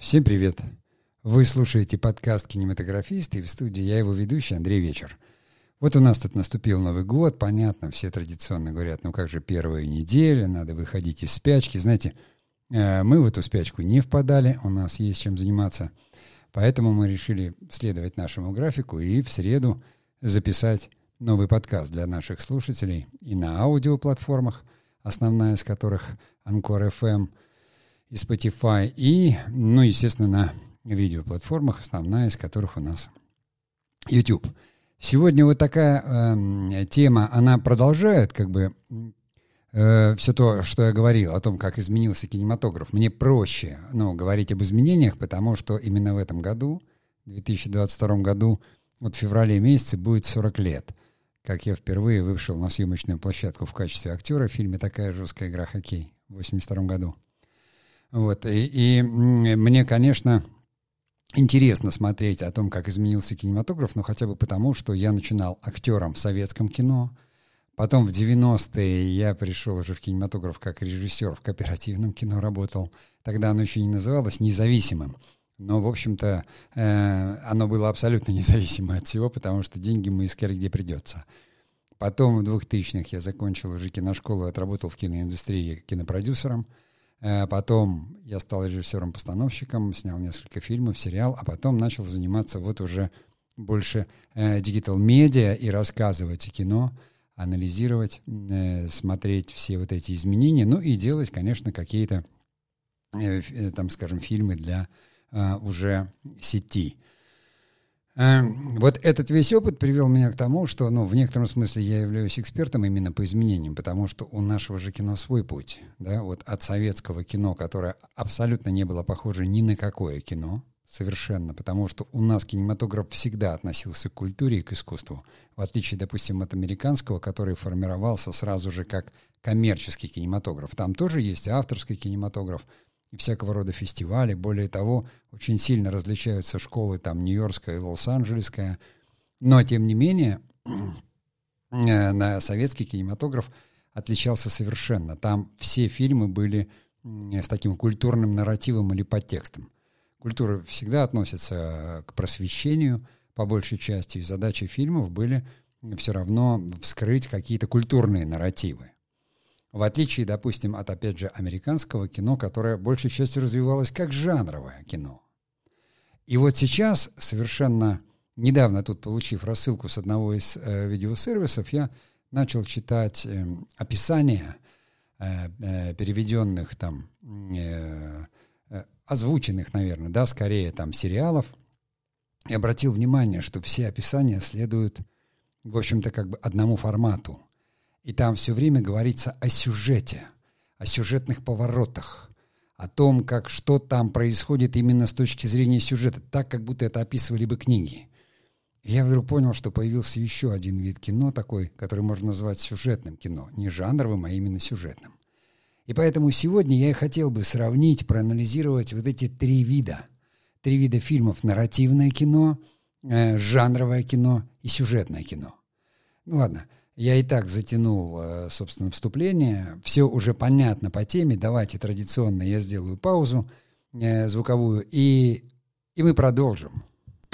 Всем привет! Вы слушаете подкаст «Кинематографист», и в студии я, его ведущий, Андрей Вечер. Вот у нас тут наступил Новый год, понятно, все традиционно говорят, ну как же первая неделя, надо выходить из спячки. Знаете, мы в эту спячку не впадали, у нас есть чем заниматься, поэтому мы решили следовать нашему графику и в среду записать новый подкаст для наших слушателей и на аудиоплатформах, основная из которых Anchor FM и Spotify, и, естественно, на видеоплатформах, основная из которых у нас YouTube. Сегодня вот такая тема, она продолжает все то, что я говорил о том, как изменился кинематограф. Мне проще говорить об изменениях, потому что именно в этом году, в 2022 году, вот в феврале месяце будет 40 лет, как я впервые вышел на съемочную площадку в качестве актера в фильме «Такая жесткая игра хоккей» в 1982 году. Вот, и мне, конечно, интересно смотреть о том, как изменился кинематограф, но хотя бы потому, что я начинал актером в советском кино, потом в 90-е я пришел уже в кинематограф как режиссер, в кооперативном кино работал. Тогда оно еще не называлось независимым, но, в общем-то, оно было абсолютно независимое от всего, потому что деньги мы искали где придется. Потом в 2000-х я закончил уже киношколу, отработал в киноиндустрии кинопродюсером. Потом я стал режиссером-постановщиком, снял несколько фильмов, сериал, а потом начал заниматься вот уже больше диджитал-медиа и рассказывать о кино, анализировать, смотреть все вот эти изменения, и делать, конечно, какие-то, фильмы для уже сети. Вот этот весь опыт привел меня к тому, что, в некотором смысле я являюсь экспертом именно по изменениям, потому что у нашего же кино свой путь, да, вот от советского кино, которое абсолютно не было похоже ни на какое кино, совершенно, потому что у нас кинематограф всегда относился к культуре и к искусству, в отличие, допустим, от американского, который формировался сразу же как коммерческий кинематограф. Там тоже есть авторский кинематограф, и всякого рода фестивали. Более того, очень сильно различаются школы, там, нью-йоркская и лос-анджелесская. Но, тем не менее, советский кинематограф отличался совершенно. Там все фильмы были с таким культурным нарративом или подтекстом. Культура всегда относится к просвещению, по большей части, и задачи фильмов были все равно вскрыть какие-то культурные нарративы. В отличие, допустим, от, опять же, американского кино, которое большей частью развивалось как жанровое кино. И вот сейчас, совершенно недавно тут, получив рассылку с одного из видеосервисов, я начал читать описания переведенных там, озвученных, наверное, да, скорее там сериалов, и обратил внимание, что все описания следуют, в общем-то, одному формату. И там все время говорится о сюжете, о сюжетных поворотах, о том, что там происходит именно с точки зрения сюжета, так, как будто это описывали бы книги. И я вдруг понял, что появился еще один вид кино такой, который можно назвать сюжетным кино, не жанровым, а именно сюжетным. И поэтому сегодня я и хотел бы сравнить, проанализировать вот эти три вида фильмов: нарративное кино, жанровое кино и сюжетное кино. Ну ладно. Я и так затянул, собственно, вступление. Все уже понятно по теме. Давайте традиционно я сделаю паузу звуковую, и мы продолжим.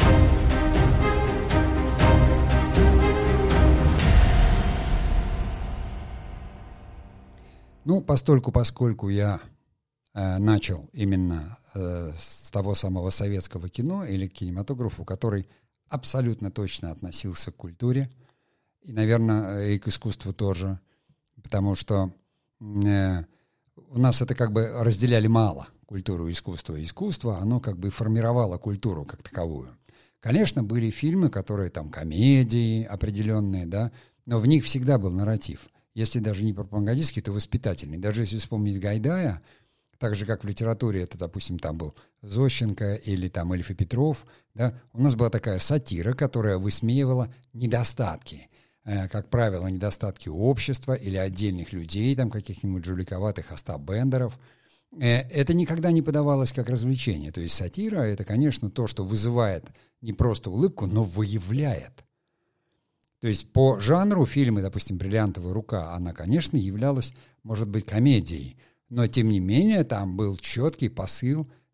Поскольку я начал именно с того самого советского кино или кинематографу, который абсолютно точно относился к культуре, и, наверное, и к искусству тоже, потому что у нас это разделяли мало, культуру и искусство. Искусство, оно формировало культуру как таковую. Конечно, были фильмы, которые там комедии определенные, да, но в них всегда был нарратив. Если даже не пропагандистский, то воспитательный. Даже если вспомнить Гайдая, так же, как в литературе, это, допустим, там был Зощенко или там Ильф и Петров, да, у нас была такая сатира, которая высмеивала недостатки. Как правило, недостатки общества или отдельных людей, там каких-нибудь жуликоватых Остап Бендеров. Это никогда не подавалось как развлечение. То есть сатира — это, конечно, то, что вызывает не просто улыбку, но выявляет. То есть по жанру фильмы, допустим, «Бриллиантовая рука», она, конечно, являлась, может быть, комедией, но, тем не менее, там был четкий посыл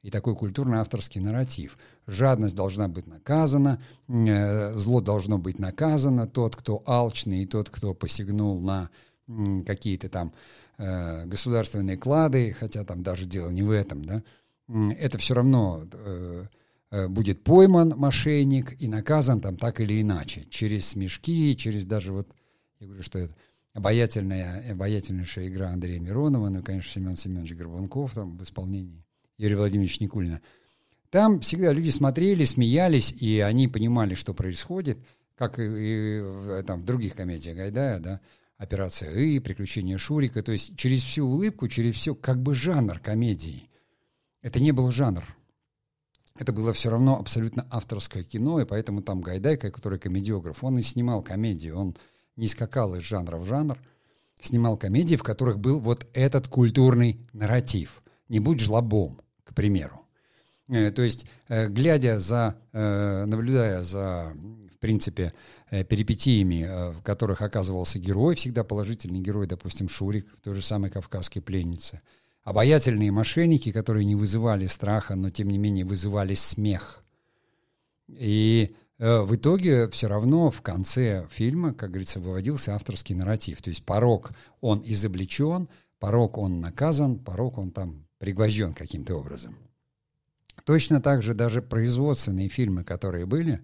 и такой культурно-авторский нарратив. Жадность должна быть наказана, зло должно быть наказано, тот, кто алчный, и тот, кто посягнул на какие-то там государственные клады, хотя там даже дело не в этом, да, это все равно будет пойман мошенник и наказан там так или иначе, через смешки, через даже вот, я говорю, что это обаятельнейшая игра Андрея Миронова, ну, конечно, Семен Семенович Горбунков там в исполнении Юрия Владимировича Никулина. Там всегда люди смотрели, смеялись, и они понимали, что происходит, как и там, в других комедиях Гайдая, да, «Операция И», «Приключения Шурика», то есть через всю улыбку, через все как бы жанр комедии. Это не был жанр. Это было все равно абсолютно авторское кино, и поэтому там Гайдай, который комедиограф, он и снимал комедию, он не скакал из жанра в жанр, снимал комедии, в которых был вот этот культурный нарратив. «Не будь жлобом», к примеру. То есть, наблюдая за, в принципе, перипетиями, в которых оказывался герой, всегда положительный герой, допустим, Шурик, той же самой «Кавказской пленницы», обаятельные мошенники, которые не вызывали страха, но, тем не менее, вызывали смех. И в итоге все равно в конце фильма, как говорится, выводился авторский нарратив. То есть порок, он изобличен, порок, он наказан, порок, он там пригвожден каким-то образом. Точно так же даже производственные фильмы, которые были,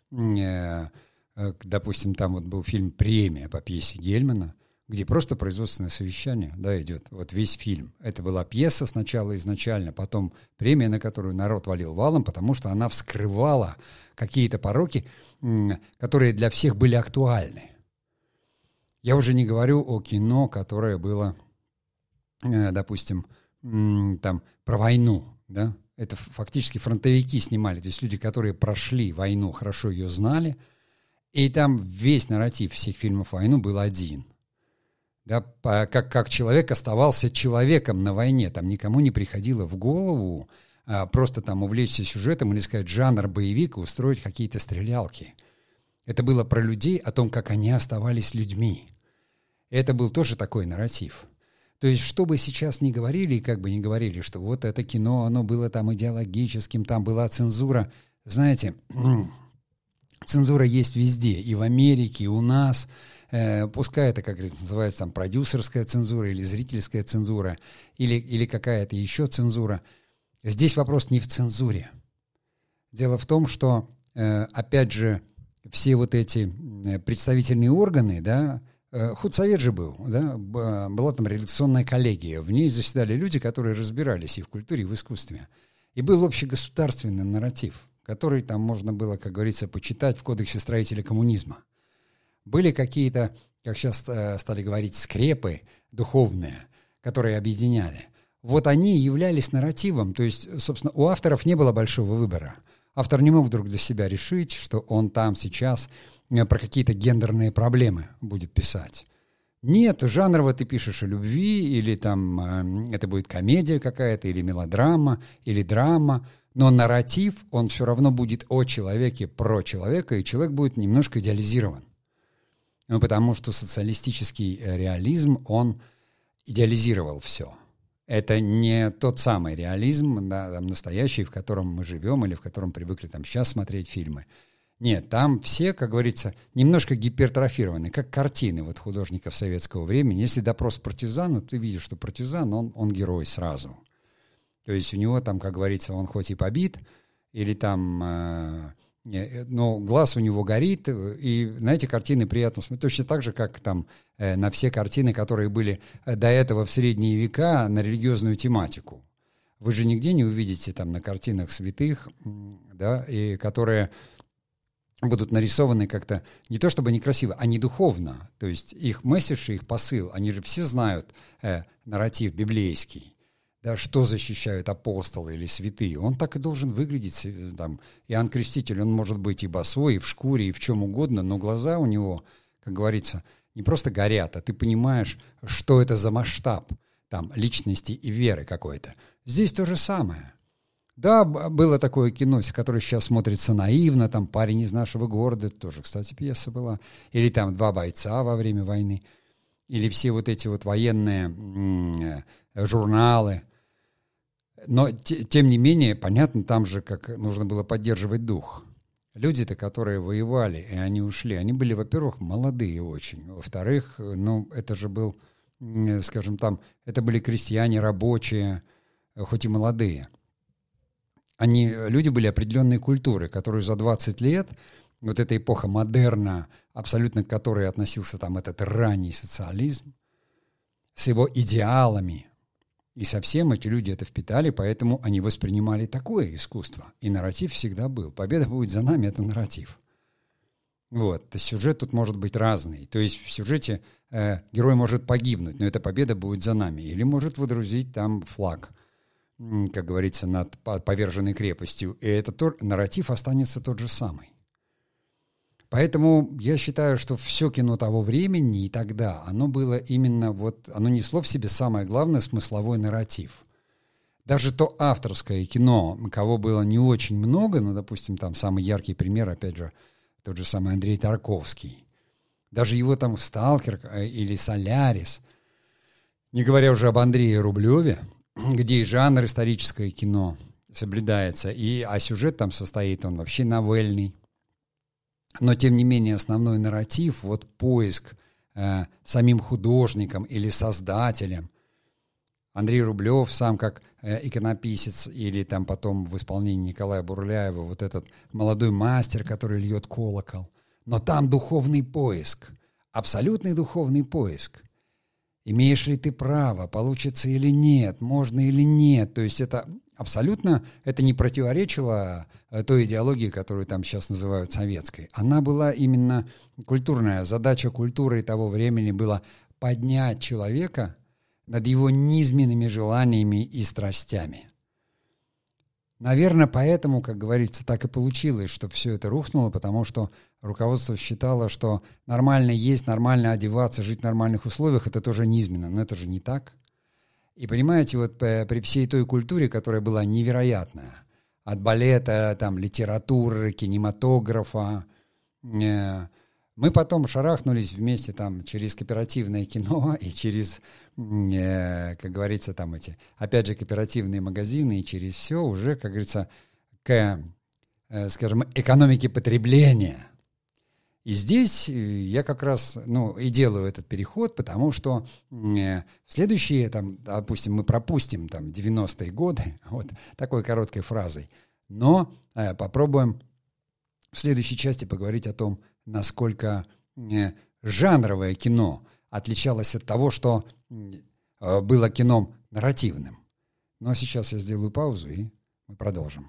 допустим, там вот был фильм «Премия» по пьесе Гельмана, где просто производственное совещание, да, идет, вот весь фильм. Это была пьеса сначала изначально, потом премия, на которую народ валил валом, потому что она вскрывала какие-то пороки, которые для всех были актуальны. Я уже не говорю о кино, которое было, допустим, там, про войну, да. Это фактически фронтовики снимали, то есть люди, которые прошли войну, хорошо ее знали, и там весь нарратив всех фильмов «Войну» был один. Да, как человек оставался человеком на войне, там никому не приходило в голову просто там увлечься сюжетом или сказать жанр боевик и устроить какие-то стрелялки. Это было про людей, о том, как они оставались людьми. Это был тоже такой нарратив. То есть, что бы сейчас ни говорили, и как бы ни говорили, что вот это кино, оно было там идеологическим, там была цензура. Знаете, цензура есть везде, и в Америке, и у нас. Пускай это, как называется, там, продюсерская цензура или зрительская цензура, или какая-то еще цензура. Здесь вопрос не в цензуре. Дело в том, что, опять же, все вот эти представительные органы, да, худсовет же был, да, была там редакционная коллегия, в ней заседали люди, которые разбирались и в культуре, и в искусстве. И был общегосударственный нарратив, который там можно было, как говорится, почитать в кодексе строителя коммунизма. Были какие-то, как сейчас стали говорить, скрепы духовные, которые объединяли. Вот они являлись нарративом, то есть, собственно, у авторов не было большого выбора. Автор не мог вдруг для себя решить, что он там сейчас про какие-то гендерные проблемы будет писать. Нет, жанрово ты пишешь о любви, или там это будет комедия какая-то, или мелодрама, или драма, но нарратив, он все равно будет о человеке, про человека, и человек будет немножко идеализирован. Ну, потому что социалистический реализм, он идеализировал все. Это не тот самый реализм, да, там, настоящий, в котором мы живем или в котором привыкли там сейчас смотреть фильмы. Нет, там все, как говорится, немножко гипертрофированы, как картины вот художников советского времени. Если допрос партизана, ты видишь, что партизан, он герой сразу. То есть у него там, как говорится, он хоть и побит, или там... но глаз у него горит, и на эти картины приятно смотреть. Точно так же, как там на все картины, которые были до этого в средние века на религиозную тематику. Вы же нигде не увидите там на картинах святых, да, и которые будут нарисованы как-то не то чтобы некрасиво, а не духовно. То есть их месседж, их посыл, они же все знают нарратив библейский. Да, что защищают апостолы или святые, он так и должен выглядеть. Там, Иоанн Креститель, он может быть и босой, и в шкуре, и в чем угодно, но глаза у него, как говорится, не просто горят, а ты понимаешь, что это за масштаб там, личности и веры какой-то. Здесь то же самое. Да, было такое кино, которое сейчас смотрится наивно, там «Парень из нашего города», тоже, кстати, пьеса была, или там «Два бойца во время войны», или все вот эти вот военные журналы. Но, тем не менее, понятно, там же как нужно было поддерживать дух. Люди-то, которые воевали, и они ушли, они были, во-первых, молодые очень. Во-вторых, ну, это же был, скажем там, это были крестьяне, рабочие, хоть и молодые. Люди были определенной культуры, которую за 20 лет, вот эта эпоха модерна, абсолютно к которой относился там этот ранний социализм, с его идеалами, и совсем эти люди это впитали, поэтому они воспринимали такое искусство. И нарратив всегда был. Победа будет за нами — это нарратив. Вот. Сюжет тут может быть разный. То есть в сюжете герой может погибнуть, но эта победа будет за нами. Или может водрузить там флаг, как говорится, над поверженной крепостью. И нарратив останется тот же самый. Поэтому я считаю, что все кино того времени и тогда, оно было именно оно несло в себе самое главное — смысловой нарратив. Даже то авторское кино, кого было не очень много, ну, допустим, там самый яркий пример, опять же, тот же самый Андрей Тарковский. Даже его там «Сталкер» или «Солярис», не говоря уже об Андрее Рублеве, где и жанр историческое кино соблюдается, а сюжет там состоит, он вообще новельный. Но, тем не менее, основной нарратив, поиск самим художником или создателем. Андрей Рублев сам как иконописец, или там потом в исполнении Николая Бурляева этот молодой мастер, который льет колокол. Но там духовный поиск, абсолютный духовный поиск. Имеешь ли ты право, получится или нет, можно или нет. То есть это абсолютно не противоречило той идеологии, которую там сейчас называют советской. Она была именно культурная. Задача культуры того времени была поднять человека над его низменными желаниями и страстями. Наверное, поэтому, как говорится, так и получилось, что все это рухнуло, потому что руководство считало, что нормально есть, нормально одеваться, жить в нормальных условиях — это тоже низменно. Но это же не так. И понимаете, при всей той культуре, которая была невероятная, от балета, там, литературы, кинематографа, мы потом шарахнулись вместе там через кооперативное кино и через, как говорится, там опять же, кооперативные магазины, и через все уже, как говорится, к, скажем, экономике потребления. И здесь я как раз, и делаю этот переход, потому что в следующие, там, допустим, мы пропустим там 90-е годы, такой короткой фразой, но попробуем в следующей части поговорить о том, насколько жанровое кино отличалось от того, что было кино нарративным. Но сейчас я сделаю паузу, и мы продолжим.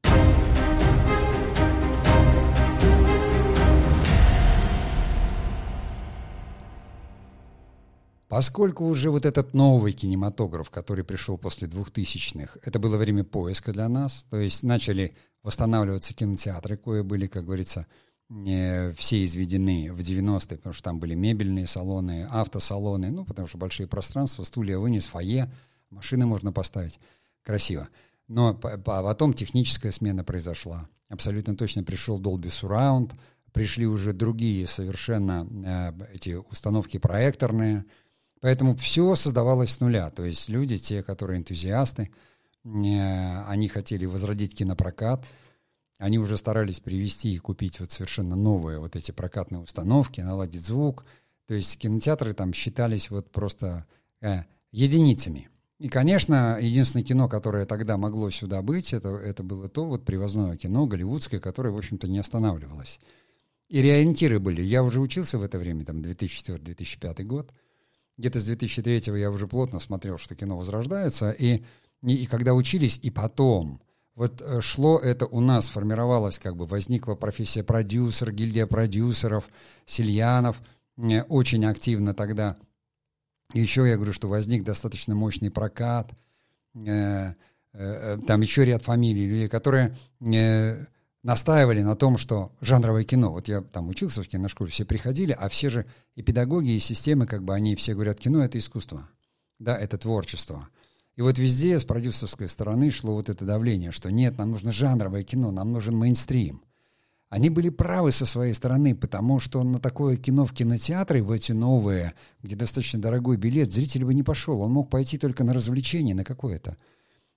Поскольку уже этот новый кинематограф, который пришел после 2000-х, это было время поиска для нас, то есть начали восстанавливаться кинотеатры, кое были, как говорится, все изведены в 90-е, потому что там были мебельные салоны, автосалоны, потому что большие пространства, стулья вынес, фойе, машины можно поставить, красиво. Но потом техническая смена произошла. Абсолютно точно пришел Dolby Surround, пришли уже другие совершенно эти установки проекторные, поэтому все создавалось с нуля. То есть люди, те, которые энтузиасты, они хотели возродить кинопрокат, они уже старались привезти и купить совершенно новые эти прокатные установки, наладить звук. То есть кинотеатры там считались просто единицами. И, конечно, единственное кино, которое тогда могло сюда быть, это было то привозное кино голливудское, которое, в общем-то, не останавливалось. И ориентиры были. Я уже учился в это время, там, 2004-2005 год. Где-то с 2003 я уже плотно смотрел, что кино возрождается. И когда учились, и потом шло это у нас, формировалось, возникла профессия продюсер, гильдия продюсеров, Сельянов очень активно тогда. Еще я говорю, что возник достаточно мощный прокат, там еще ряд фамилий, людей, которые настаивали на том, что жанровое кино, я там учился в киношколе, все приходили, а все же и педагоги, и системы, они все говорят, кино — это искусство, да, это творчество. И везде с продюсерской стороны шло это давление, что нет, нам нужно жанровое кино, нам нужен мейнстрим. Они были правы со своей стороны, потому что на такое кино в кинотеатре, в эти новые, где достаточно дорогой билет, зритель бы не пошел. Он мог пойти только на развлечение, на какое-то.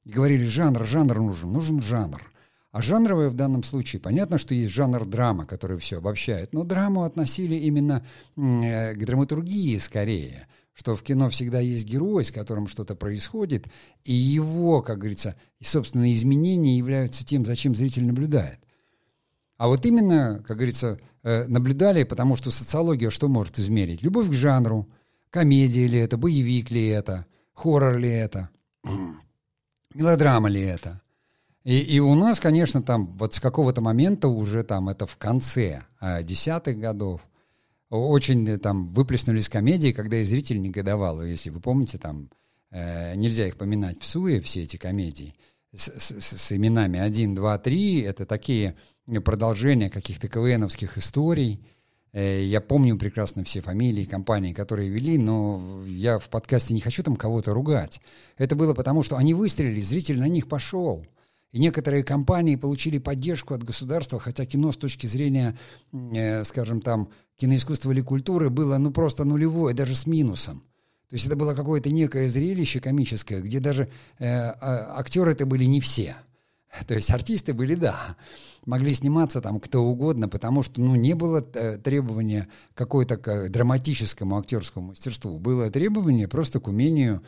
И говорили, жанр нужен жанр. А жанровое в данном случае, понятно, что есть жанр драма, который все обобщает, но драму относили именно к драматургии скорее, что в кино всегда есть герой, с которым что-то происходит, и его, как говорится, собственные изменения являются тем, зачем зритель наблюдает. А вот именно, как говорится, наблюдали, потому что социология что может измерить? Любовь к жанру, комедия ли это, боевик ли это, хоррор ли это, мелодрама ли это. И у нас, конечно, там вот с какого-то момента уже там это в конце десятых годов очень там выплеснулись комедии, когда и зритель негодовал. Если вы помните, там нельзя их поминать в суе, все эти комедии с именами 1, 2, 3. Это такие продолжения каких-то КВНовских историй. Я помню прекрасно все фамилии, компании, которые вели, но я в подкасте не хочу там кого-то ругать. Это было потому, что они выстрелили, зритель на них пошел. И некоторые компании получили поддержку от государства, хотя кино с точки зрения, скажем там, киноискусства или культуры было просто нулевое, даже с минусом. То есть это было какое-то некое зрелище комическое, где даже актеры-то были не все. То есть артисты были, да, могли сниматься там кто угодно, потому что не было требования какой-то к драматическому актерскому мастерству. Было требование просто к умению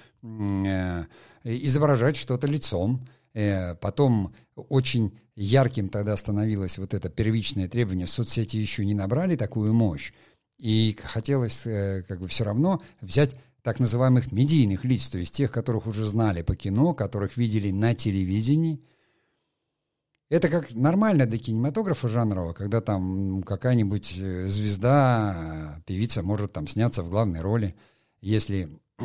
изображать что-то лицом. Потом очень ярким тогда становилось вот это первичное требование. Соцсети еще не набрали такую мощь. И хотелось все равно взять так называемых медийных лиц, то есть тех, которых уже знали по кино, которых видели на телевидении. Это как нормально для кинематографа жанрового, когда там какая-нибудь звезда, певица может там сняться в главной роли, если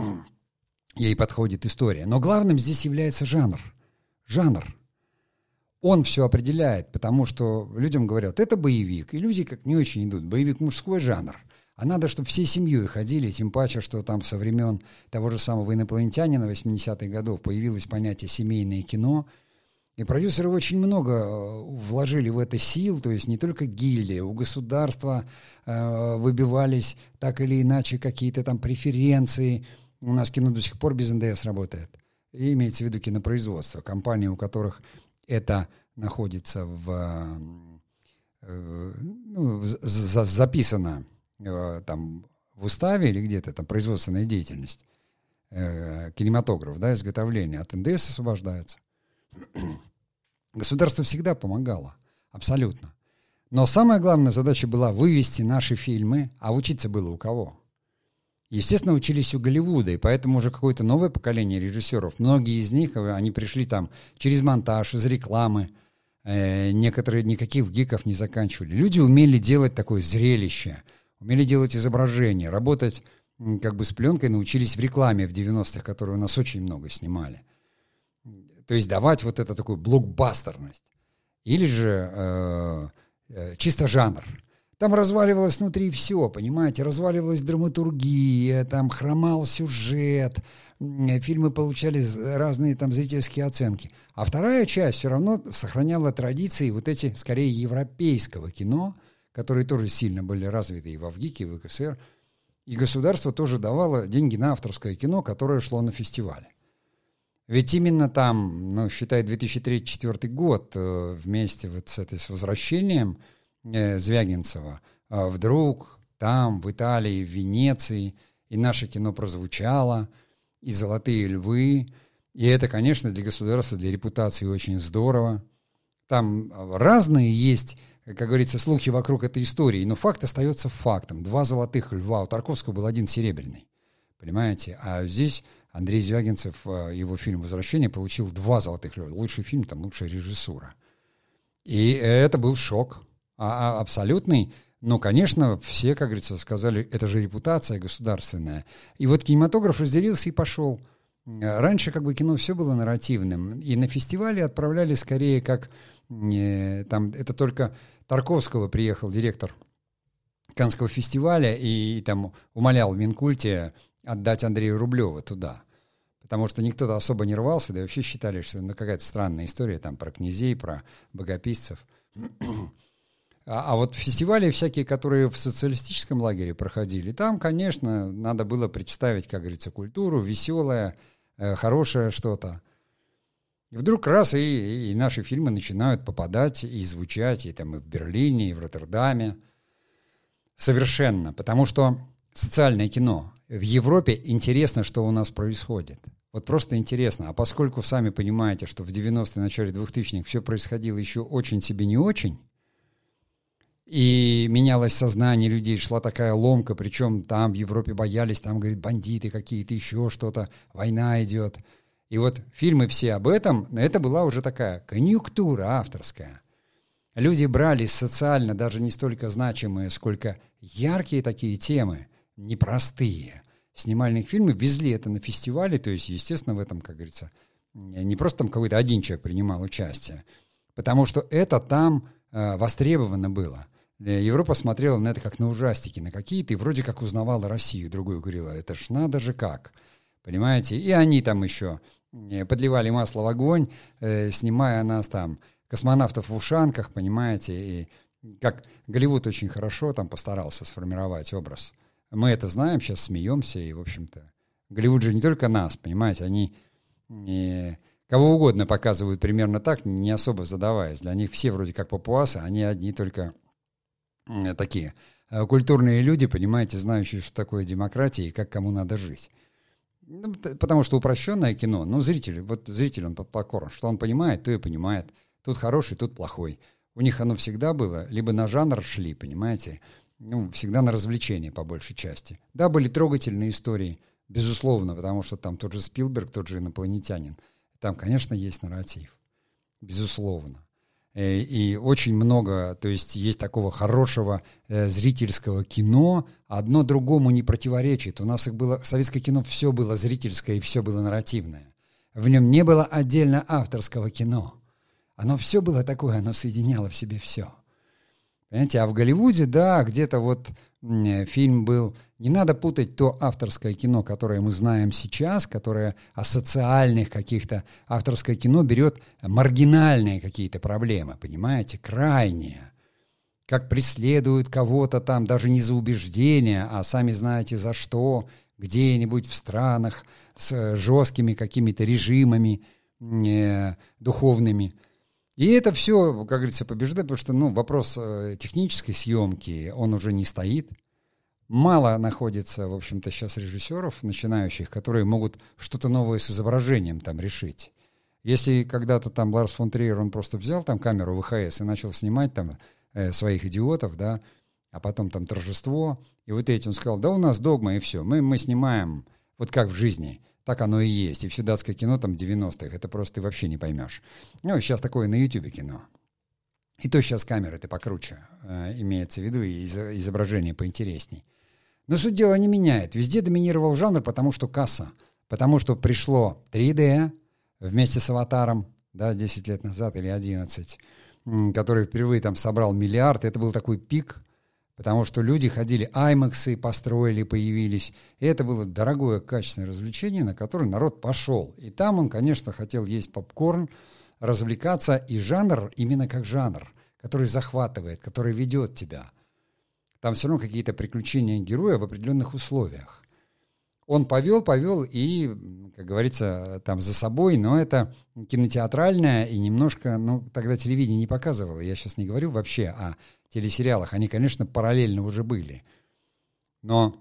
ей подходит история. Но главным здесь является жанр. Жанр. Он все определяет, потому что людям говорят, это боевик, и люди как не очень идут. Боевик мужской жанр. А надо, чтобы всей семьей ходили, тем паче, что там со времен того же самого «Инопланетянина» 80-х годов появилось понятие «семейное кино». И продюсеры очень много вложили в это сил, то есть не только гильдии, у государства выбивались так или иначе какие-то там преференции. У нас кино до сих пор без НДС работает. И имеется в виду кинопроизводство. Компании, у которых это находится записано там в уставе или где-то, там производственная деятельность, кинематограф, да, изготовление, от НДС освобождается. Государство всегда помогало, абсолютно. Но самая главная задача была вывести наши фильмы, а учиться было у кого? Естественно, учились у Голливуда, и поэтому уже какое-то новое поколение режиссеров. Многие из них, они пришли там через монтаж, из рекламы. Некоторые никаких гиков не заканчивали. Люди умели делать такое зрелище, умели делать изображения, работать как бы с пленкой, научились в рекламе в 90-х, которую у нас очень много снимали. То есть давать вот эту такую блокбастерность. Или же чисто жанр. Там разваливалось внутри все, понимаете, разваливалась драматургия, там хромал сюжет, фильмы получали разные там зрительские оценки. А вторая часть все равно сохраняла традиции вот эти, скорее, европейского кино, которые тоже сильно были развиты и в ВГИКе, и в ВКСР. И государство тоже давало деньги на авторское кино, которое шло на фестивале. Ведь именно там, считай, 2003-2004 год, вместе вот с возвращением Звягинцева, вдруг там, в Италии, в Венеции, и наше кино прозвучало, и «Золотые львы», и это, конечно, для государства, для репутации очень здорово. Там разные есть, как говорится, слухи вокруг этой истории, но факт остается фактом. 2 золотых льва, у Тарковского был 1 серебряный, понимаете? А здесь Андрей Звягинцев, его фильм «Возвращение» получил 2 золотых льва. Лучший фильм, там лучшая режиссура. И это был шок. Абсолютный. Но, конечно, все, как говорится, сказали, это же репутация государственная. И вот кинематограф разделился и пошел. Раньше как бы кино все было нарративным. И на фестивале отправляли скорее как... Там, это только Тарковского приехал директор Каннского фестиваля и там умолял в Минкульте отдать Андрея Рублева туда. Потому что никто-то особо не рвался, да и вообще считали, что какая-то странная история там про князей, про богописцев. А вот фестивали всякие, которые в социалистическом лагере проходили, там, конечно, надо было представить, как говорится, культуру, веселое, хорошее что-то. И вдруг раз, и наши фильмы начинают попадать и звучать, и там и в Берлине, и в Роттердаме. Совершенно. Потому что социальное кино. В Европе интересно, что у нас происходит. Вот просто интересно. А поскольку сами понимаете, что в 90-е, начале 2000-х все происходило еще очень себе не очень, и менялось сознание людей, шла такая ломка, причем там в Европе боялись, там, говорит, бандиты какие-то, еще что-то, война идет. И вот фильмы все об этом, это была уже такая конъюнктура авторская. Люди брали социально даже не столько значимые, сколько яркие такие темы, непростые. Снимали их фильмы, везли это на фестивали, то есть, естественно, в этом, как говорится, не просто там какой-то один человек принимал участие, потому что это там востребовано было. Европа смотрела на это как на ужастики, на какие-то, и вроде как узнавала Россию, другую говорила, это ж надо же как, понимаете? И они там еще подливали масло в огонь, снимая нас там, космонавтов в ушанках, понимаете, и как Голливуд очень хорошо там постарался сформировать образ. Мы это знаем, сейчас смеемся, и, в общем-то, Голливуд же не только нас, понимаете, они кого угодно показывают примерно так, не особо задаваясь. Для них все вроде как папуасы, они одни только такие культурные люди, понимаете, знающие, что такое демократия и как кому надо жить. Ну, потому что упрощенное кино, ну, зритель он покорен, что он понимает, то и понимает. Тут хороший, тут плохой. У них оно всегда было, либо на жанр шли, понимаете, ну, всегда на развлечения по большей части. Да, были трогательные истории, безусловно, потому что там тот же Спилберг, тот же «Инопланетянин», там, конечно, есть нарратив, безусловно. И очень много, то есть есть такого хорошего зрительского кино, одно другому не противоречит. У нас их было, советское кино все было зрительское и все было нарративное. В нем не было отдельно авторского кино. Оно все было такое, оно соединяло в себе все. Понимаете, а в Голливуде, да, где-то вот фильм был... Не надо путать то авторское кино, которое мы знаем сейчас, которое о социальных каких-то... Авторское кино берет маргинальные какие-то проблемы, понимаете, крайние. Как преследуют кого-то там, даже не за убеждения, а сами знаете за что, где-нибудь в странах с жесткими какими-то режимами духовными. И это все, как говорится, побеждает, потому что вопрос технической съемки, он уже не стоит. Мало находится, в общем-то, сейчас режиссеров начинающих, которые могут что-то новое с изображением там решить. Если когда-то там Ларс фон Триер, он просто взял там камеру ВХС и начал снимать там своих идиотов, да, а потом там «Торжество», и вот эти он сказал, да у нас догма и все, мы снимаем вот как в жизни. Так оно и есть. И все датское кино там 90-х, это просто ты вообще не поймешь. Ну, сейчас такое на Ютубе кино. И то сейчас камеры-то покруче, имеется в виду, и изображение поинтересней. Но суть дела не меняет. Везде доминировал жанр, потому что касса. Потому что пришло 3D вместе с «Аватаром», да, 10 лет назад или 11, который впервые там собрал миллиард. Это был такой пик. Потому что люди ходили, аймаксы построили, появились. И это было дорогое, качественное развлечение, на которое народ пошел. И там он, конечно, хотел есть попкорн, развлекаться. И жанр именно как жанр, который захватывает, который ведет тебя. Там все равно какие-то приключения героя в определенных условиях. Он повел и, как говорится, там за собой, но это кинотеатральное и немножко, тогда телевидение не показывало. Я сейчас не говорю вообще о телесериалах. Они, конечно, параллельно уже были. Но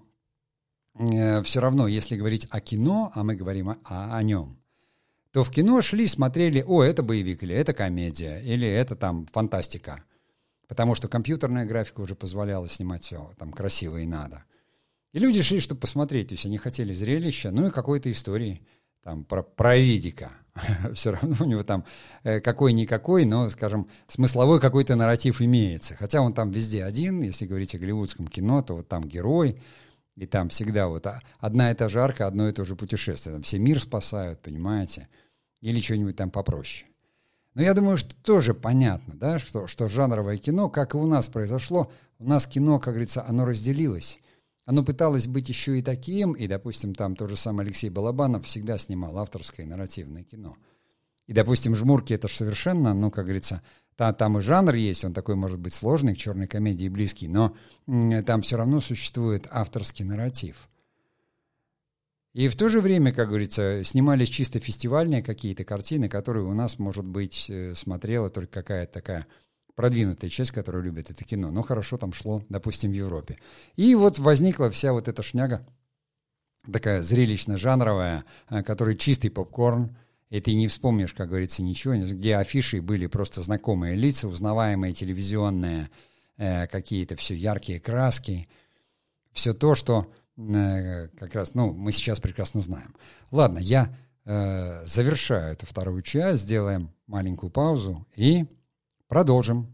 все равно, если говорить о кино, а мы говорим о нем, то в кино шли, смотрели, это боевик, или это комедия, или это там фантастика. Потому что компьютерная графика уже позволяла снимать все там красиво и надо. И люди шли, чтобы посмотреть, то есть они хотели зрелища, и какой-то истории там, про Риддика. Все равно у него там какой-никакой, но, скажем, смысловой какой-то нарратив имеется. Хотя он там везде один, если говорить о голливудском кино, то вот там герой, и там всегда вот одна и та же арка, одно и то же путешествие. Там все мир спасают, понимаете? Или что-нибудь там попроще. Но я думаю, что тоже понятно, да, что жанровое кино, как и у нас произошло, у нас кино, как говорится, оно разделилось. Оно пыталось быть еще и таким, и, допустим, там тот же самый Алексей Балабанов всегда снимал авторское нарративное кино. И, допустим, «Жмурки» — это же совершенно, как говорится, там и жанр есть, он такой, может быть, сложный, к черной комедии близкий, но там все равно существует авторский нарратив. И в то же время, как говорится, снимались чисто фестивальные какие-то картины, которые у нас, может быть, смотрела только какая-то такая продвинутая часть, которая любит это кино. Но хорошо там шло, допустим, в Европе. И вот возникла вся вот эта шняга, такая зрелищно-жанровая, которая чистый попкорн. И ты не вспомнишь, как говорится, ничего, где афиши были просто знакомые лица, узнаваемые телевизионные, какие-то все яркие краски. Все то, что как раз, мы сейчас прекрасно знаем. Ладно, я завершаю эту вторую часть, сделаем маленькую паузу и продолжим.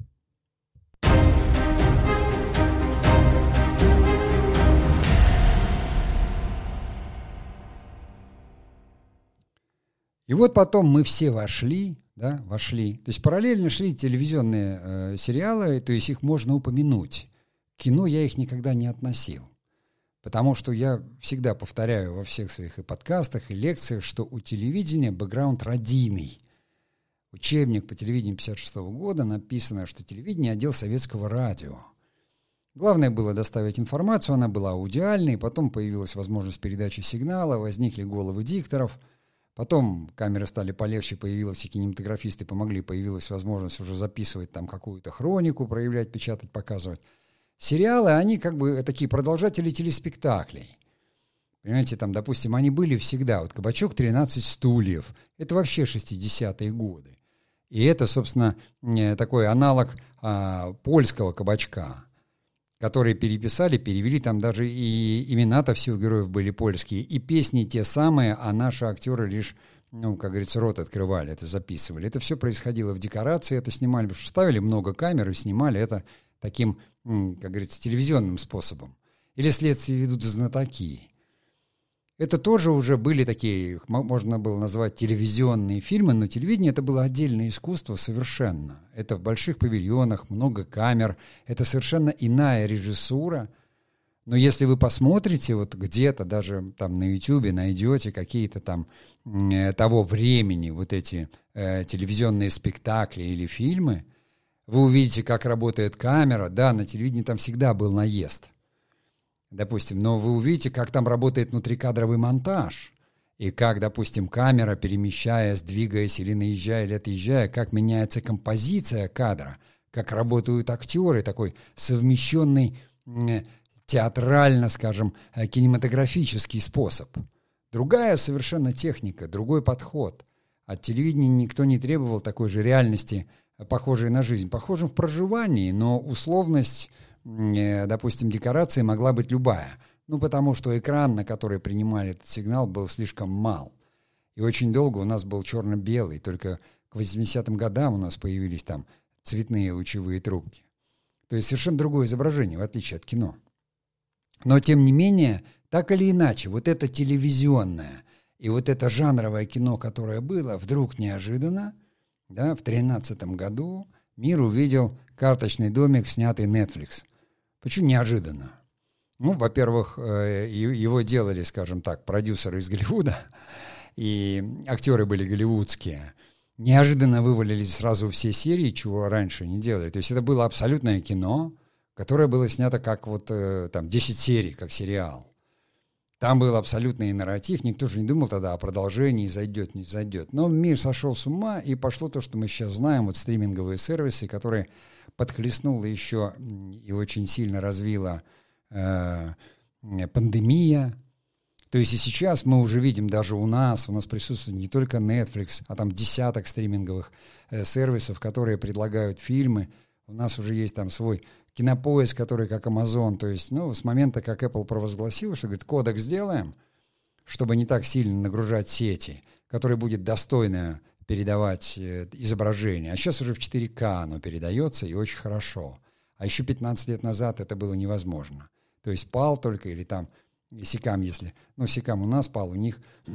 И вот потом мы все вошли. То есть параллельно шли телевизионные сериалы, то есть их можно упомянуть. К кино я их никогда не относил. Потому что я всегда повторяю во всех своих и подкастах, и лекциях, что у телевидения бэкграунд радийный. Учебник по телевидению 1956 года написано, что телевидение — отдел советского радио. Главное было доставить информацию, она была аудиальной, потом появилась возможность передачи сигнала, возникли головы дикторов, потом камеры стали полегче, появились и кинематографисты помогли, появилась возможность уже записывать там какую-то хронику, проявлять, печатать, показывать. Сериалы, они как бы такие продолжатели телеспектаклей. Понимаете, там, допустим, они были всегда. Вот «Кабачок 13 стульев». Это вообще 60-е годы. И это, собственно, такой аналог польского «Кабачка», который переписали, перевели. Там даже и имена-то все у героев были польские. И песни те самые, а наши актеры лишь, как говорится, рот открывали, это записывали. Это все происходило в декорации, это снимали, потому что ставили много камер и снимали это таким, как говорится, телевизионным способом. Или «Следствие ведут знатоки». Это тоже уже были такие, можно было назвать телевизионные фильмы, но телевидение — это было отдельное искусство совершенно. Это в больших павильонах, много камер, это совершенно иная режиссура. Но если вы посмотрите, вот где-то даже там на YouTube найдете какие-то там того времени вот эти телевизионные спектакли или фильмы, вы увидите, как работает камера. Да, на телевидении там всегда был наезд, допустим, но вы увидите, как там работает внутрикадровый монтаж, и как, допустим, камера, перемещаясь, двигаясь или наезжая, или отъезжая, как меняется композиция кадра, как работают актеры, такой совмещенный театрально, скажем, кинематографический способ. Другая совершенно техника, другой подход. От телевидения никто не требовал такой же реальности, похожей на жизнь, похожим в проживании, но условность, допустим, декорации могла быть любая. Потому что экран, на который принимали этот сигнал, был слишком мал. И очень долго у нас был черно-белый, только к 80-м годам у нас появились там цветные лучевые трубки. То есть совершенно другое изображение, в отличие от кино. Но, тем не менее, так или иначе, вот это телевизионное и вот это жанровое кино, которое было, вдруг неожиданно, в 2013 году мир увидел «Карточный домик», снятый Netflix. Почему неожиданно? Во-первых, его делали, скажем так, продюсеры из Голливуда, и актеры были голливудские. Неожиданно вывалились сразу все серии, чего раньше не делали. То есть это было абсолютное кино, которое было снято как 10 серий, как сериал. Там был абсолютный нарратив, никто же не думал тогда о продолжении, зайдет, не зайдет. Но мир сошел с ума, и пошло то, что мы сейчас знаем, стриминговые сервисы, которые подхлестнула еще и очень сильно развила пандемия. То есть и сейчас мы уже видим, даже у нас присутствует не только Netflix, а там десяток стриминговых сервисов, которые предлагают фильмы. У нас уже есть там свой Кинопоиск, который как Amazon. То есть, с момента, как Apple провозгласил, что, говорит, кодек сделаем, чтобы не так сильно нагружать сети, который будет достойно передавать изображение. А сейчас уже в 4К оно передается, и очень хорошо. А еще 15 лет назад это было невозможно. То есть PAL только, или там Сикам, если... Сикам у нас, PAL у них.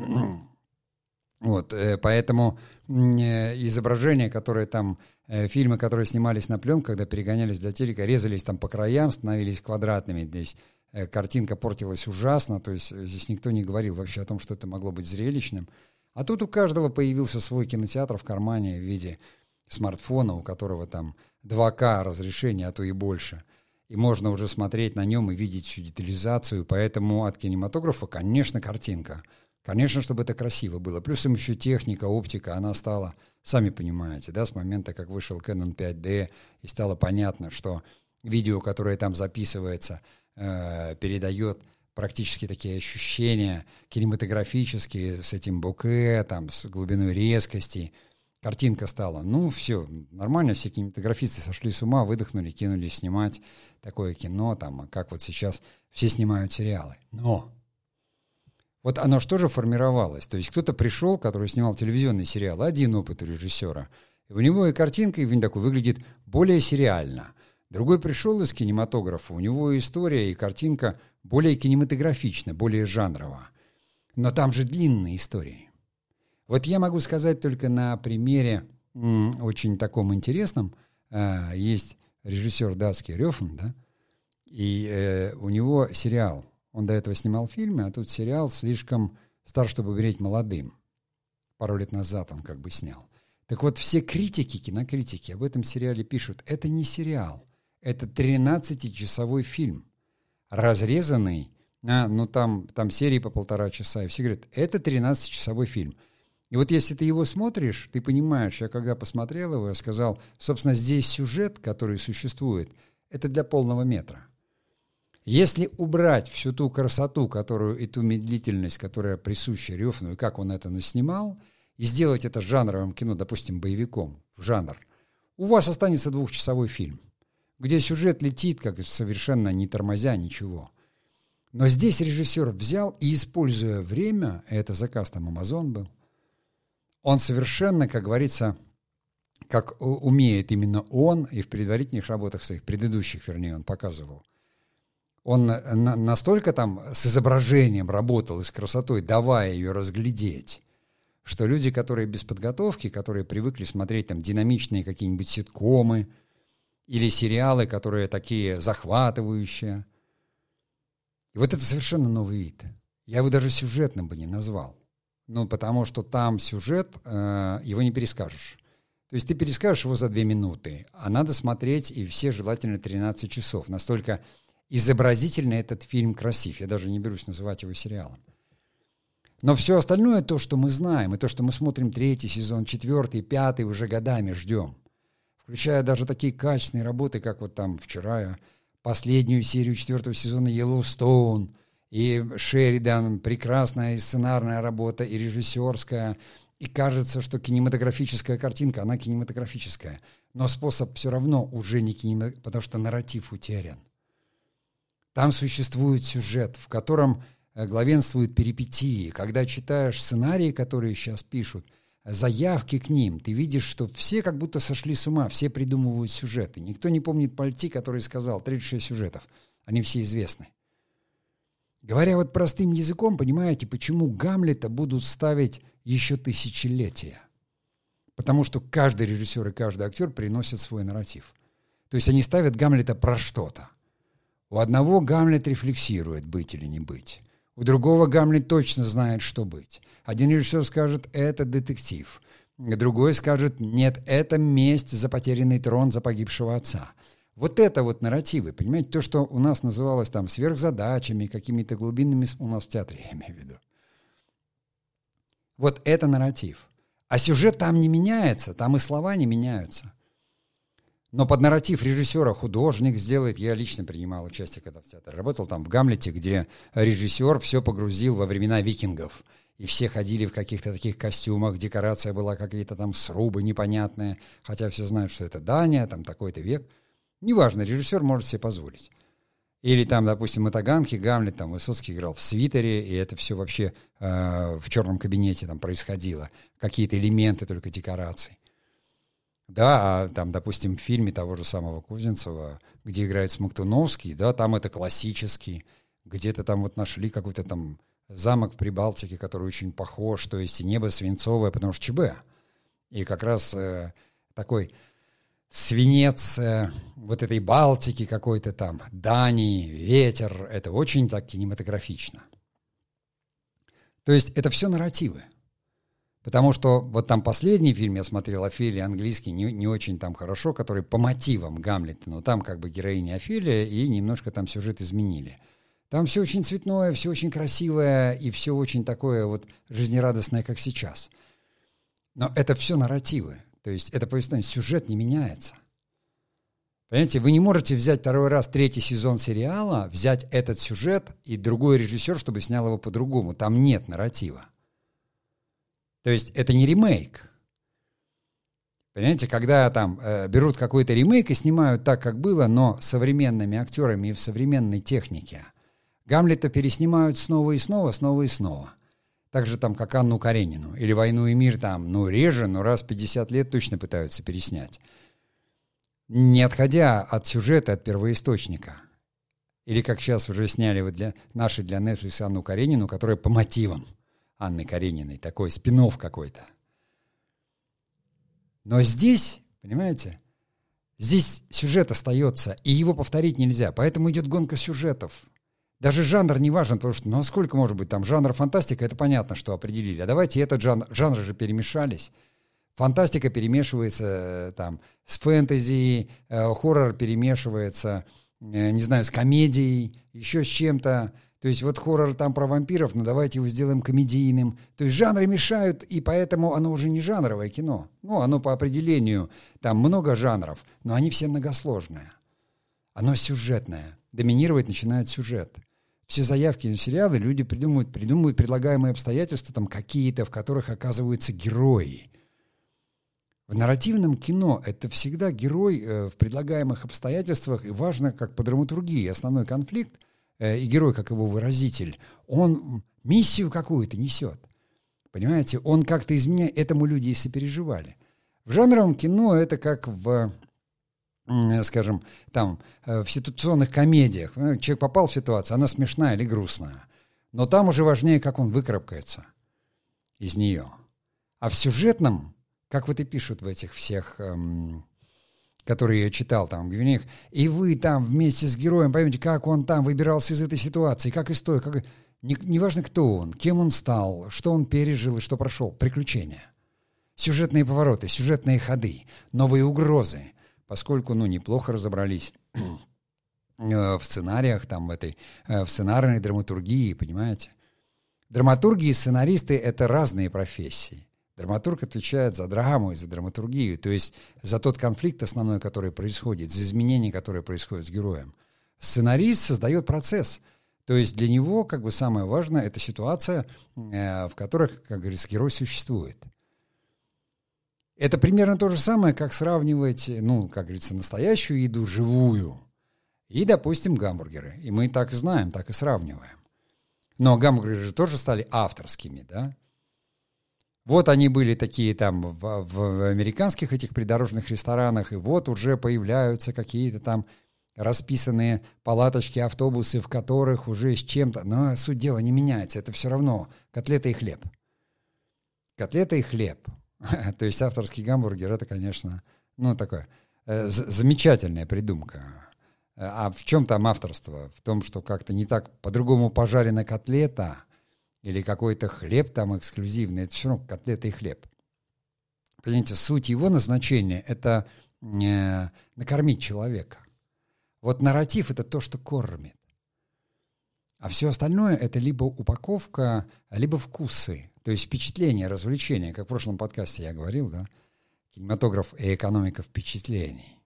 Поэтому изображения, которые там... Фильмы, которые снимались на пленку, когда перегонялись для телека, резались там по краям, становились квадратными. Здесь картинка портилась ужасно, то есть здесь никто не говорил вообще о том, что это могло быть зрелищным. А тут у каждого появился свой кинотеатр в кармане в виде смартфона, у которого там 2К разрешение, а то и больше. и можно уже смотреть на нем и видеть всю детализацию, поэтому от кинематографа, конечно, картинка. Конечно, чтобы это красиво было. Плюсом еще техника, оптика, она стала, сами понимаете, да, с момента, как вышел Canon 5D, и стало понятно, что видео, которое там записывается, передает практически такие ощущения кинематографические с этим боке, там, с глубиной резкости. Картинка стала, ну, все, нормально, все кинематографисты сошли с ума, выдохнули, кинулись снимать такое кино, там, как вот сейчас все снимают сериалы. Но вот оно что же формировалось? То есть кто-то пришел, который снимал телевизионный сериал, один опыт у режиссера, и у него и картинка, и такой выглядит более сериально. Другой пришел из кинематографа, у него история и картинка более кинематографична, более жанровая. Но там же длинные истории. Вот я могу сказать только на примере очень таком интересном. Есть режиссер датский Рёфн, да, и у него сериал. Он до этого снимал фильмы, а тут сериал слишком стар, чтобы умереть молодым. Пару лет назад он как бы снял. Так вот, все критики, кинокритики об этом сериале пишут. Это не сериал. Это 13-часовой фильм, разрезанный, там серии по 1,5 часа. И все говорят, это 13-часовой фильм. И вот если ты его смотришь, ты понимаешь, я когда посмотрел его, я сказал, собственно, здесь сюжет, который существует, это для полного метра. Если убрать всю ту красоту, которую и ту медлительность, которая присуща Рёфну, и как он это наснимал, и сделать это жанровым кино, допустим, боевиком, в жанр, у вас останется 2-часовой фильм, где сюжет летит, как совершенно не тормозя ничего. Но здесь режиссер взял и, используя время, это заказ там Amazon был, он совершенно, как говорится, как умеет именно он, и в предварительных работах своих, предыдущих, вернее, он показывал, он настолько там с изображением работал и с красотой, давая ее разглядеть, что люди, которые без подготовки, которые привыкли смотреть там динамичные какие-нибудь ситкомы или сериалы, которые такие захватывающие, и вот это совершенно новый вид. Я его даже сюжетным бы не назвал. Ну, потому что там сюжет, его не перескажешь. То есть ты перескажешь его за 2 минуты, а надо смотреть, и все желательно 13 часов. Настолько изобразительно этот фильм красив. Я даже не берусь называть его сериалом. Но все остальное, то, что мы знаем, и то, что мы смотрим 3-й сезон, 4-й, 5-й, уже годами ждем, включая даже такие качественные работы, как вот там вчера я последнюю серию 4-го сезона «Йеллоустоун», и Шеридан, прекрасная и сценарная работа, и режиссерская, и кажется, что кинематографическая картинка, она кинематографическая, но способ все равно уже не кинематографический, потому что нарратив утерян. Там существует сюжет, в котором главенствуют перипетии. Когда читаешь сценарии, которые сейчас пишут, заявки к ним, ты видишь, что все как будто сошли с ума, все придумывают сюжеты. Никто не помнит Пальти, который сказал 36 сюжетов. Они все известны. Говоря вот простым языком, понимаете, почему Гамлета будут ставить еще тысячелетия? Потому что каждый режиссер и каждый актер приносит свой нарратив. То есть они ставят Гамлета про что-то. У одного Гамлет рефлексирует, быть или не быть. У другого Гамлет точно знает, что быть. Один режиссер скажет, это детектив. Другой скажет, нет, это месть за потерянный трон, за погибшего отца. Вот это вот нарративы, понимаете, то, что у нас называлось там сверхзадачами, какими-то глубинными, у нас в театре, я имею в виду. Вот это нарратив. А сюжет там не меняется, там и слова не меняются. Но под нарратив режиссера художник сделает. Я лично принимал участие, когда в театре работал, там в «Гамлете», где режиссер все погрузил во времена викингов. И все ходили в каких-то таких костюмах, декорация была какие-то там срубы непонятные, хотя все знают, что это Дания, там такой-то век. Неважно, режиссер может себе позволить. Или там, допустим, на Таганке Гамлет, там Высоцкий играл в свитере, и это все вообще в черном кабинете там происходило. Какие-то элементы только декораций. Да, а там, допустим, в фильме того же самого Кузнецова, где играет Смоктуновский, да, там это классический. Где-то там вот нашли какой-то там замок в Прибалтике, который очень похож, то есть и небо свинцовое, потому что ЧБ. И как раз такой свинец вот этой Балтики какой-то там, Дании, ветер, это очень так кинематографично. То есть это все нарративы. Потому что вот там последний фильм я смотрел, «Офелия», английский, не очень там хорошо, который по мотивам Гамлета, но там как бы героиня Офелия, и немножко там сюжет изменили. Там все очень цветное, все очень красивое, и все очень такое вот жизнерадостное, как сейчас. Но это все нарративы, то есть это повествование, сюжет не меняется. Понимаете, вы не можете взять второй раз 3-й сезон сериала, взять этот сюжет и другой режиссер, чтобы снял его по-другому. Там нет нарратива. То есть это не ремейк. Понимаете, когда там берут какой-то ремейк и снимают так, как было, но с современными актерами и в современной технике. Гамлета переснимают снова и снова, снова и снова. Так же там, как Анну Каренину. Или «Войну и мир» там, реже, но раз в 50 лет точно пытаются переснять. Не отходя от сюжета, от первоисточника. Или как сейчас уже сняли вот для Netflix Анну Каренину, которая по мотивам Анны Карениной, такой спин-офф какой-то. Но здесь, понимаете, здесь сюжет остается, и его повторить нельзя, поэтому идет гонка сюжетов. Даже жанр не важен, потому что, сколько может быть там жанр фантастика, это понятно, что определили. А давайте этот жанры же перемешались. Фантастика перемешивается там с фэнтези, хоррор перемешивается, не знаю, с комедией, еще с чем-то. То есть вот хоррор там про вампиров, но давайте его сделаем комедийным. То есть жанры мешают, и поэтому оно уже не жанровое кино. Оно по определению, там много жанров, но они все многосложные. Оно сюжетное. Доминировать начинает сюжет. Все заявки на сериалы люди придумывают предлагаемые обстоятельства там какие-то, в которых оказываются герои. В нарративном кино это всегда герой в предлагаемых обстоятельствах, и важно, как по драматургии, основной конфликт, и герой, как его выразитель, он миссию какую-то несет. Понимаете, он как-то изменяет, этому люди и сопереживали. В жанровом кино это как в, скажем, там, в ситуационных комедиях. Человек попал в ситуацию, она смешная или грустная. Но там уже важнее, как он выкарабкается из нее. А в сюжетном, как вот и пишут в этих всех, которые я читал там, и вы там вместе с героем поймете, как он там выбирался из этой ситуации, как история, как... Неважно, кто он, кем он стал, что он пережил и что прошел. Приключения. Сюжетные повороты, сюжетные ходы, новые угрозы. Поскольку, неплохо разобрались в сценариях, там, в сценарной драматургии, понимаете? Драматурги и сценаристы — это разные профессии. Драматург отвечает за драму и за драматургию, то есть за тот конфликт основной, который происходит, за изменения, которые происходят с героем. Сценарист создает процесс. То есть для него как бы самое важное — это ситуация, в которых, как говорится, герой существует. Это примерно то же самое, как сравнивать, как говорится, настоящую еду, живую, и, допустим, гамбургеры. И мы так и знаем, так и сравниваем. Но гамбургеры же тоже стали авторскими, да? Вот они были такие там в американских этих придорожных ресторанах, и вот уже появляются какие-то там расписанные палаточки, автобусы, в которых уже с чем-то... Но суть дела не меняется, это все равно котлета и хлеб. Котлета и хлеб. То есть авторский гамбургер — это, конечно, такое замечательная придумка. А в чем там авторство? В том, что как-то не так по-другому пожарена котлета или какой-то хлеб там эксклюзивный. Это все равно котлета и хлеб. Понимаете, суть его назначения — это накормить человека. Вот нарратив — это то, что кормит. А все остальное — это либо упаковка, либо вкусы. То есть впечатление, развлечение. Как в прошлом подкасте я говорил, да? Кинематограф и экономика впечатлений.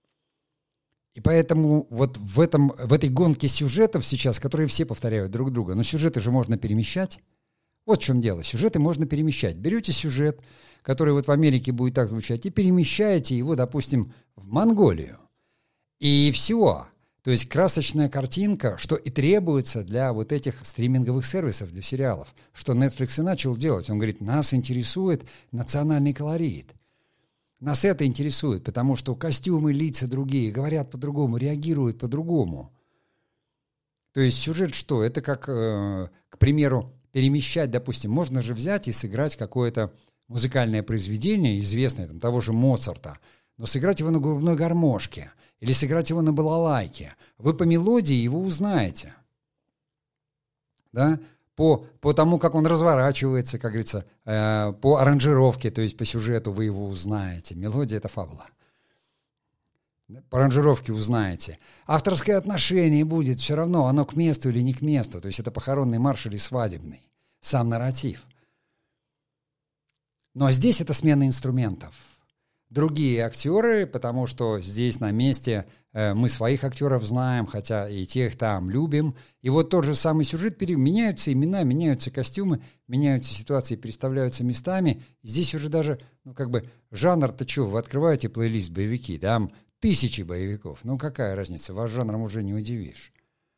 И поэтому вот в этой гонке сюжетов сейчас, которые все повторяют друг друга, но сюжеты же можно перемещать. Вот в чем дело. Сюжеты можно перемещать. Берете сюжет, который вот в Америке будет так звучать, и перемещаете его, допустим, в Монголию. И все. То есть красочная картинка, что и требуется для вот этих стриминговых сервисов, для сериалов, что Netflix и начал делать. Он говорит, нас интересует национальный колорит. Нас это интересует, потому что костюмы, лица другие, говорят по-другому, реагируют по-другому. То есть сюжет что? Это как, к примеру, перемещать, допустим, можно же взять и сыграть какое-то музыкальное произведение, известное, там, того же Моцарта, но сыграть его на губной гармошке или сыграть его на балалайке. Вы по мелодии его узнаете. Да? по тому, как он разворачивается, как говорится, по аранжировке, то есть по сюжету вы его узнаете. Мелодия — это фабула. По аранжировке узнаете. Авторское отношение будет все равно, оно к месту или не к месту. То есть это похоронный марш или свадебный. Сам нарратив. Но здесь это смена инструментов. Другие актеры, потому что здесь на месте мы своих актеров знаем, хотя и тех там любим. И вот тот же самый сюжет, меняются имена, меняются костюмы, меняются ситуации, переставляются местами. И здесь уже даже, жанр-то что, вы открываете плейлист боевики, там тысячи боевиков. Ну какая разница, вас жанром уже не удивишь.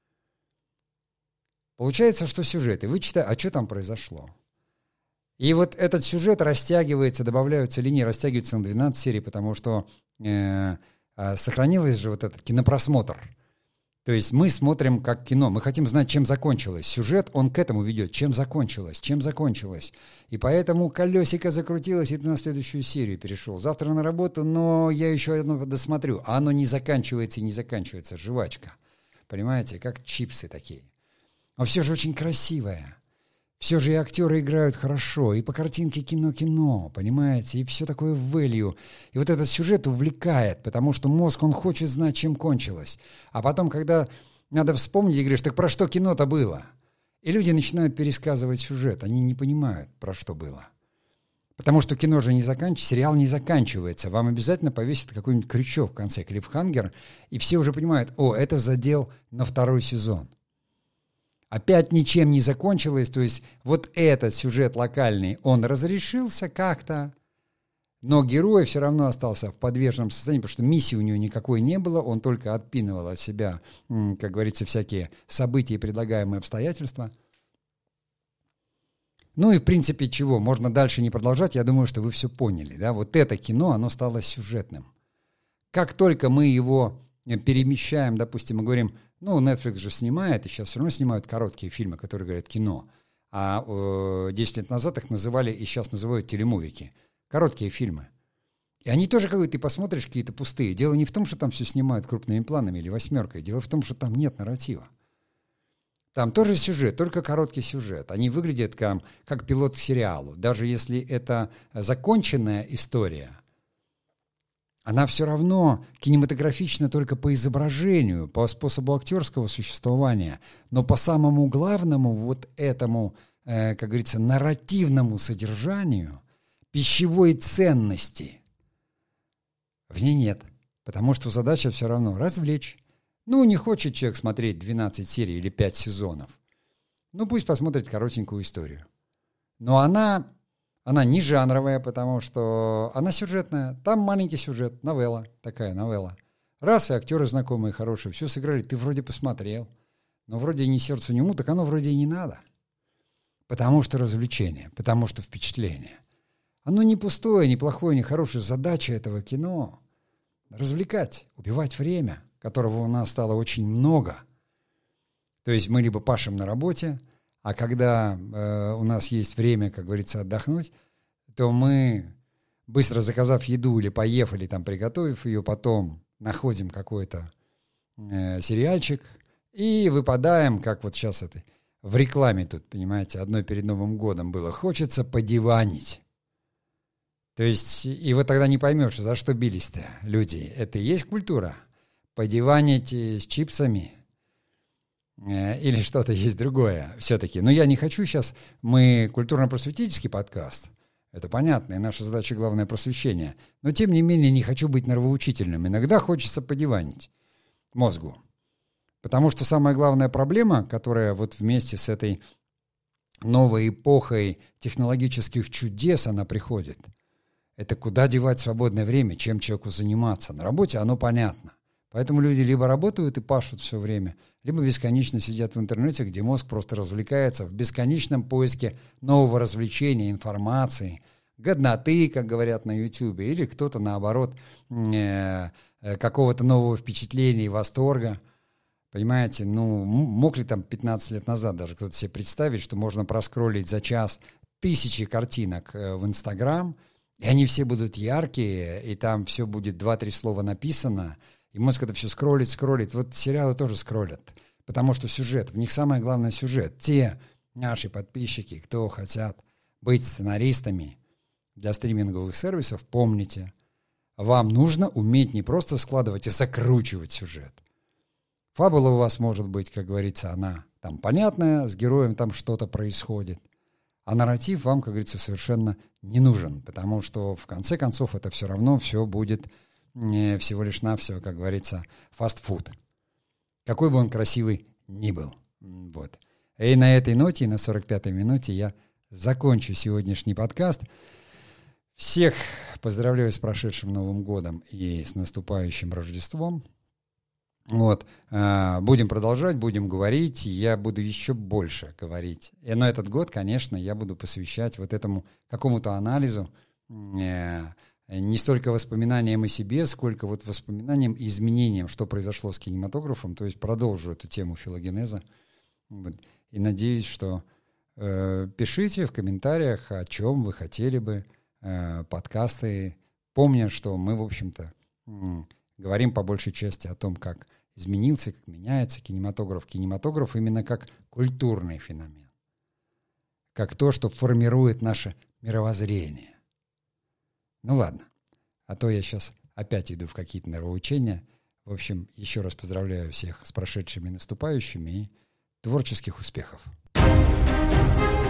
Получается, что сюжет, и вы читаете, а что там произошло? И вот этот сюжет растягивается, добавляются линии, растягиваются на 12 серий, потому что сохранилось же вот этот кинопросмотр. То есть мы смотрим как кино, мы хотим знать, чем закончилось. Сюжет, он к этому ведет, чем закончилось. И поэтому колесико закрутилось, и ты на следующую серию перешел. Завтра на работу, но я еще одно досмотрю. А оно не заканчивается и не заканчивается. Жвачка. Понимаете, как чипсы такие. Но все же очень красивое. Все же и актеры играют хорошо, и по картинке кино, понимаете, и все такое value. И вот этот сюжет увлекает, потому что мозг, он хочет знать, чем кончилось. А потом, когда надо вспомнить, и говоришь, так про что кино-то было? И люди начинают пересказывать сюжет, они не понимают, про что было. Потому что кино же не заканчивается, сериал не заканчивается. Вам обязательно повесят какой-нибудь крючок в конце, клиффхангер, и все уже понимают, это задел на 2-й сезон. Опять ничем не закончилось, то есть вот этот сюжет локальный, он разрешился как-то, но герой все равно остался в подвешенном состоянии, потому что миссии у него никакой не было, он только отпинывал от себя, как говорится, всякие события и предлагаемые обстоятельства. Ну и в принципе чего, можно дальше не продолжать, я думаю, что вы все поняли, да, вот это кино, оно стало сюжетным. Как только мы его перемещаем, допустим, мы говорим, Netflix же снимает, и сейчас все равно снимают короткие фильмы, которые говорят кино. А 10 лет назад их называли, и сейчас называют телемувики. Короткие фильмы. И они тоже, как ты посмотришь, какие-то пустые. Дело не в том, что там все снимают крупными планами или 8. Дело в том, что там нет нарратива. Там тоже сюжет, только короткий сюжет. Они выглядят как пилот к сериалу. Даже если это законченная история, она все равно кинематографична только по изображению, по способу актерского существования. Но по самому главному вот этому, как говорится, нарративному содержанию, пищевой ценности в ней нет. Потому что задача все равно развлечь. Не хочет человек смотреть 12 серий или 5 сезонов. Пусть посмотрит коротенькую историю. Но она не жанровая, потому что она сюжетная. Там маленький сюжет, такая новелла. Раз, и актеры знакомые, хорошие, все сыграли, ты вроде посмотрел. Но вроде ни сердцу, ни уму, так оно вроде и не надо. Потому что развлечение, потому что впечатление. Оно не пустое, не плохое, не хорошее. Задача этого кино — развлекать, убивать время, которого у нас стало очень много. То есть мы либо пашем на работе, а когда у нас есть время, как говорится, отдохнуть, то мы, быстро заказав еду или поев, или там приготовив ее, потом находим какой-то сериальчик и выпадаем, как вот сейчас это в рекламе тут, понимаете, одной перед Новым годом было. Хочется подиванить. То есть, и вот тогда не поймешь, за что бились-то люди. Это и есть культура? Подиванить с чипсами? Или что-то есть другое все-таки. Но я не хочу сейчас... Мы культурно-просветительский подкаст. Это понятно, и наша задача главное просвещение. Но тем не менее не хочу быть нравоучительным. Иногда хочется подиванить мозгу. Потому что самая главная проблема, которая вот вместе с этой новой эпохой технологических чудес она приходит, это куда девать свободное время, чем человеку заниматься. На работе оно понятно. Поэтому люди либо работают и пашут все время, либо бесконечно сидят в интернете, где мозг просто развлекается в бесконечном поиске нового развлечения, информации, годноты, как говорят на Ютубе, или кто-то, наоборот, какого-то нового впечатления и восторга. Понимаете, мог ли там 15 лет назад даже кто-то себе представить, что можно проскроллить за час 1000 картинок в Инстаграм, и они все будут яркие, и там все будет 2-3 слова написано, и мозг это все скроллит. Вот сериалы тоже скроллят, потому что сюжет, в них самое главное сюжет. Те наши подписчики, кто хотят быть сценаристами для стриминговых сервисов, помните, вам нужно уметь не просто складывать и закручивать сюжет. Фабула у вас может быть, как говорится, она там понятная, с героем там что-то происходит, а нарратив вам, как говорится, совершенно не нужен, потому что в конце концов это все равно все будет всего лишь навсего, как говорится, фастфуд. Какой бы он красивый ни был. Вот. И на этой ноте, на 45-й минуте я закончу сегодняшний подкаст. Всех поздравляю с прошедшим Новым годом и с наступающим Рождеством. Вот. Будем продолжать, будем говорить. Я буду еще больше говорить. Но этот год, конечно, я буду посвящать вот этому какому-то анализу, не столько воспоминаниям о себе, сколько вот воспоминаниям и изменениям, что произошло с кинематографом. То есть продолжу эту тему филогенеза. Вот. И надеюсь, что пишите в комментариях, о чем вы хотели бы подкасты, помня, что мы, в общем-то, говорим по большей части о том, как изменился, как меняется кинематограф. Кинематограф именно как культурный феномен, как то, что формирует наше мировоззрение. Ну ладно, а то я сейчас опять иду в какие-то нравоучения. В общем, еще раз поздравляю всех с прошедшими и наступающими и творческих успехов.